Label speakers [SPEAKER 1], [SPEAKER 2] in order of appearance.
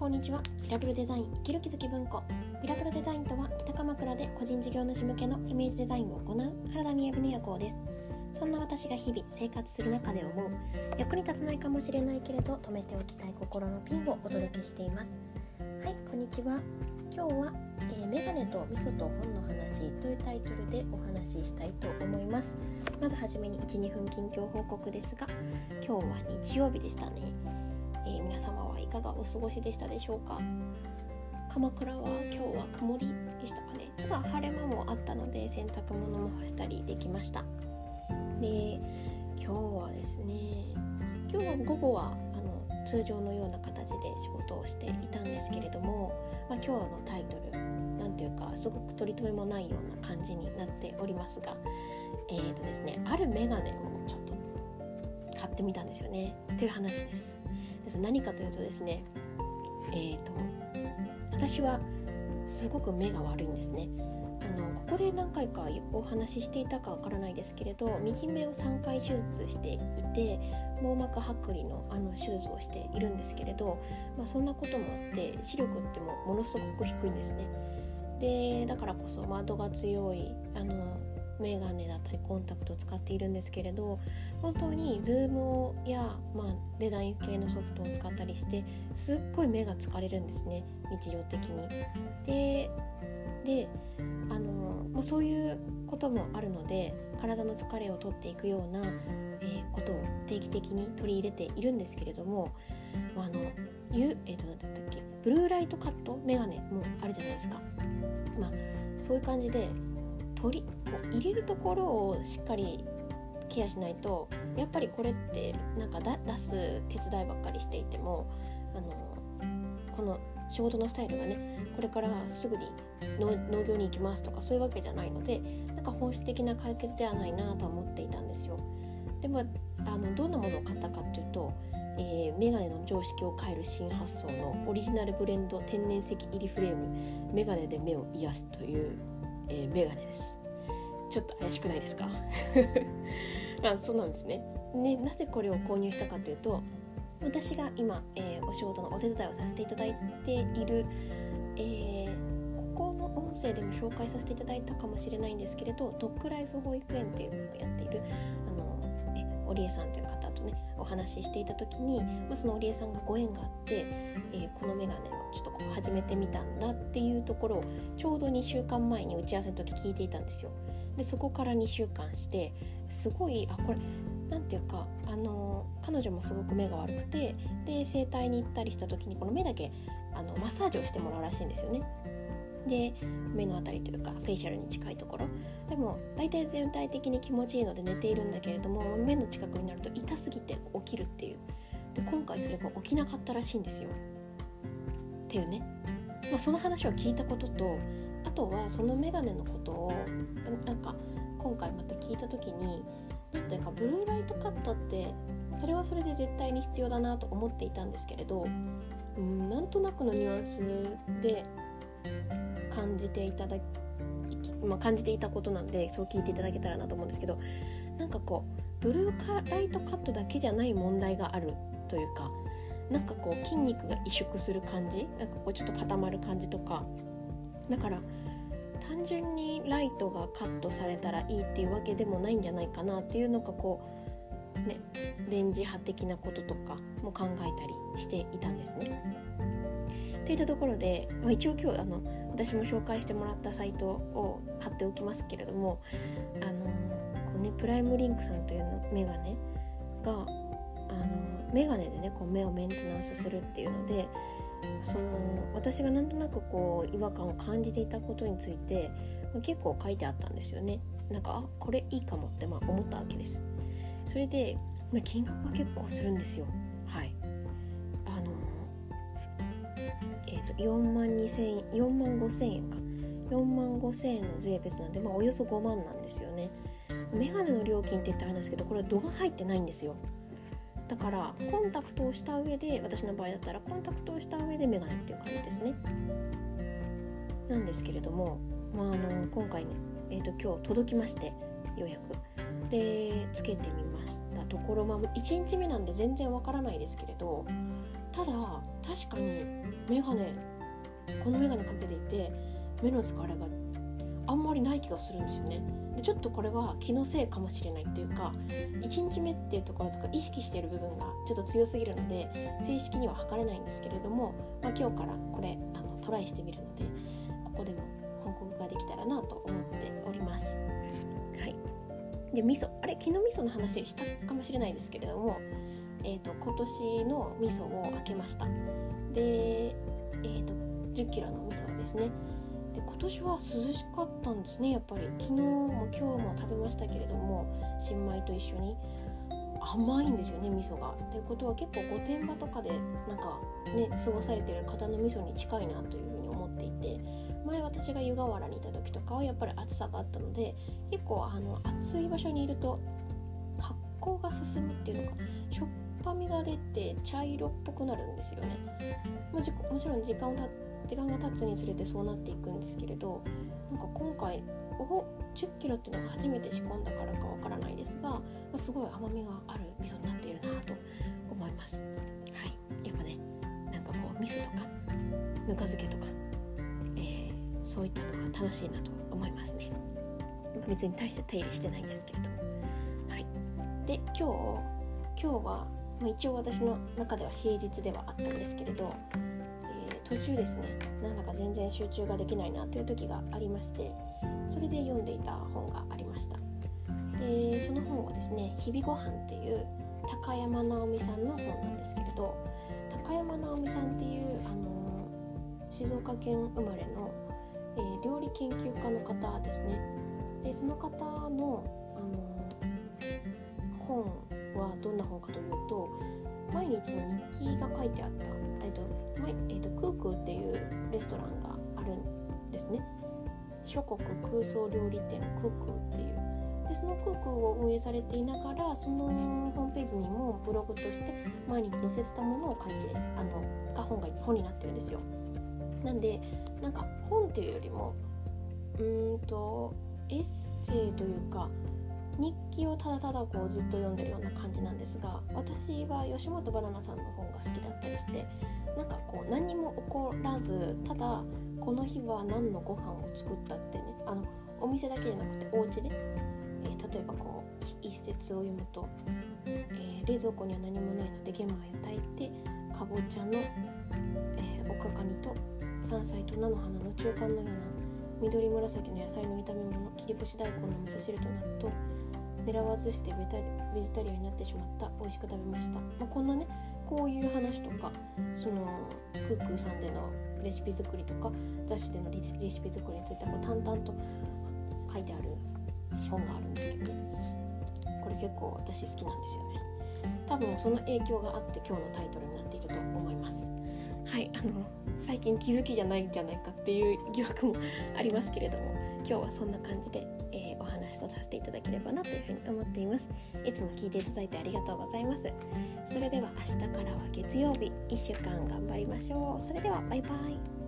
[SPEAKER 1] こんにちは。ミラブルデザイン生きる気づき文庫。ミラブルデザインとは北鎌倉で個人事業主向けのイメージデザインを行う原田みやびの夜行です。そんな私が日々生活する中で思う役に立たないかもしれないけれど止めておきたい心のピンをお届けしています。はい、こんにちは。今日は、メガネと味噌と本の話というタイトルでお話ししたいと思います。まずはじめに 1,2 分近況報告ですが、今日は日曜日でしたね。皆様はいかがお過ごしでしたでしょうか。鎌倉は今日は曇りでしたかね。ただ晴れ間もあったので洗濯物も干したりできました。で、今日はですね、今日は午後は通常のような形で仕事をしていたんですけれども、今日のタイトルなんていうかすごく取り留めもないような感じになっておりますが、ですね、あるメガネをちょっと買ってみたんですよねという話です。何かというとですね、私はすごく目が悪いんですね。ここで何回かお話ししていたかわからないですけれど、右目を3回手術していて、網膜剥離の手術をしているんですけれど、そんなこともあって視力ってものすごく低いんですね。で、だからこそ窓が強いメガネだったりコンタクトを使っているんですけれど、本当にズームや、デザイン系のソフトを使ったりしてすっごい目が疲れるんですね、日常的に。でそういうこともあるので、体の疲れを取っていくような、ことを定期的に取り入れているんですけれども、ブルーライトカットメガネもあるじゃないですか。そういう感じで入れるところをしっかりケアしないと、やっぱりこれって出す手伝いばっかりしていてもこの仕事のスタイルがね、これからすぐに農業に行きますとかそういうわけじゃないので、本質的な解決ではないなと思っていたんですよ。でもどんなものを買ったかというと、メガネの常識を変える新発想のオリジナルブレンド天然石入りフレームメガネで目を癒すという、メガネです。ちょっと怪しくないですかそうなんですね。なぜこれを購入したかというと、私が今、お仕事のお手伝いをさせていただいている、ここの音声でも紹介させていただいたかもしれないんですけれど、ドッグライフ保育園っていうのをやっている織江さんという方とねお話ししていた時に、その織江さんがご縁があって、このメガネをちょっと始めてみたんだっていうところをちょうど2週間前に打ち合わせの時聞いていたんですよ。で、そこから2週間してすごいこれなんていうか彼女もすごく目が悪くて、で整体に行ったりした時にこの目だけマッサージをしてもらうらしいんですよね。で、目のあたりというかフェイシャルに近いところでも大体全体的に気持ちいいので寝ているんだけれども、目の近くになると痛すぎて起きるっていう。で、今回それが起きなかったらしいんですよっていうね。その話を聞いたことと、あとはそのメガネのことを今回また聞いた時に、なんていうかブルーライトカットってそれはそれで絶対に必要だなと思っていたんですけれど、なんとなくのニュアンスで感じていたことなんで、そう聞いていただけたらなと思うんですけど、ブルーライトカットだけじゃない問題があるというか、筋肉が萎縮する感じ、ちょっと固まる感じとか、だから単純にライトがカットされたらいいっていうわけでもないんじゃないかなっていう電磁波的なこととかも考えたりしていたんですね。といったところで、一応今日私も紹介してもらったサイトを貼っておきますけれども、プライムリンクさんというメガネがメガネでね目をメンテナンスするっていうので、私がなんとなく違和感を感じていたことについて結構書いてあったんですよね。これいいかもって思ったわけです。それで、金額が結構するんですよ。はい。4万5,000円か。4万5,000円の税別なんで、およそ5万なんですよね。メガネの料金って言ったらあれなんですけど、これは度が入ってないんですよ。だからコンタクトをした上で、私の場合だったらコンタクトをした上でメガネっていう感じですね。なんですけれども、今回ね、今日届きまして、ようやくでつけてみましたところ、1日目なんで全然わからないですけれど、 ただ確かにこのメガネかけていて目の疲れがあんまりない気がするんですよね。でちょっとこれは気のせいかもしれないというか、1日目っていうところとか意識している部分がちょっと強すぎるので正式には測れないんですけれども、今日からこれトライしてみるので、ここでも報告ができたらなと思っております。はい。で味噌、昨日味噌の話したかもしれないですけれども、今年の味噌を開けました。で、10キロの味噌ですね。で今年は涼しかったんですね。やっぱり昨日も今日も食べましたけれども、新米と一緒に甘いんですよね、味噌が。ということは結構御殿場とかで過ごされている方の味噌に近いなというふうに思っていて、前私が湯河原にいた時とかはやっぱり暑さがあったので、結構暑い場所にいると発酵が進むっていうのか、しょっぱみが出て茶色っぽくなるんですよね。もちろん時間が経つにつれてそうなっていくんですけれど、今回10キロっていうのが初めて仕込んだからかわからないですが、すごい甘みがある味噌になっているなと思います。はい、やっぱね、味噌とかぬか漬けとか、そういったのは楽しいなと思いますね。別に大して手入れしてないんですけれども。はい。で今日は、一応私の中では平日ではあったんですけれど、途中ですね、なんだか全然集中ができないなという時がありまして、それで読んでいた本がありました。でその本はですね、日々ごはんっていう高山直美さんの本なんですけれど、高山直美さんっていう静岡県生まれの、料理研究家の方ですね。でその方の、本はどんな本かというと、毎日の日記が書いてあった、クークーっていうレストランがあるんですね。諸国空想料理店クークーっていう。でそのクークーを運営されていながら、そのホームページにもブログとして毎日載せてたものを書いて本になってるんですよ。なんで本というよりもエッセイというか日記をただただずっと読んでるような感じなんですが、私は吉本ばななさんの本が好きだったりして、何にも起こらず、ただこの日は何のご飯を作ったってね、お店だけじゃなくてお家で、例えば一節を読むと、冷蔵庫には何もないので玄米を炊いて、かぼちゃの、おかか煮と山菜と菜の花の中間のような緑紫の野菜の炒め物、切り干し大根の味噌汁と納豆、狙わずしてベジタリアンになってしまった、美味しく食べました。こういう話とか、そのクックーさんでのレシピ作りとか雑誌でのレシピ作りについて淡々と書いてある本があるんですけどね、これ結構私好きなんですよね。多分その影響があって今日のタイトルになっていると思います。はい、最近気づきじゃないんじゃないかっていう疑惑もありますけれども、今日はそんな感じで、お話とさせていただければなというふうに思っています。いつも聞いていただいてありがとうございます。それでは明日からは月曜日、1週間頑張りましょう。それではバイバイ。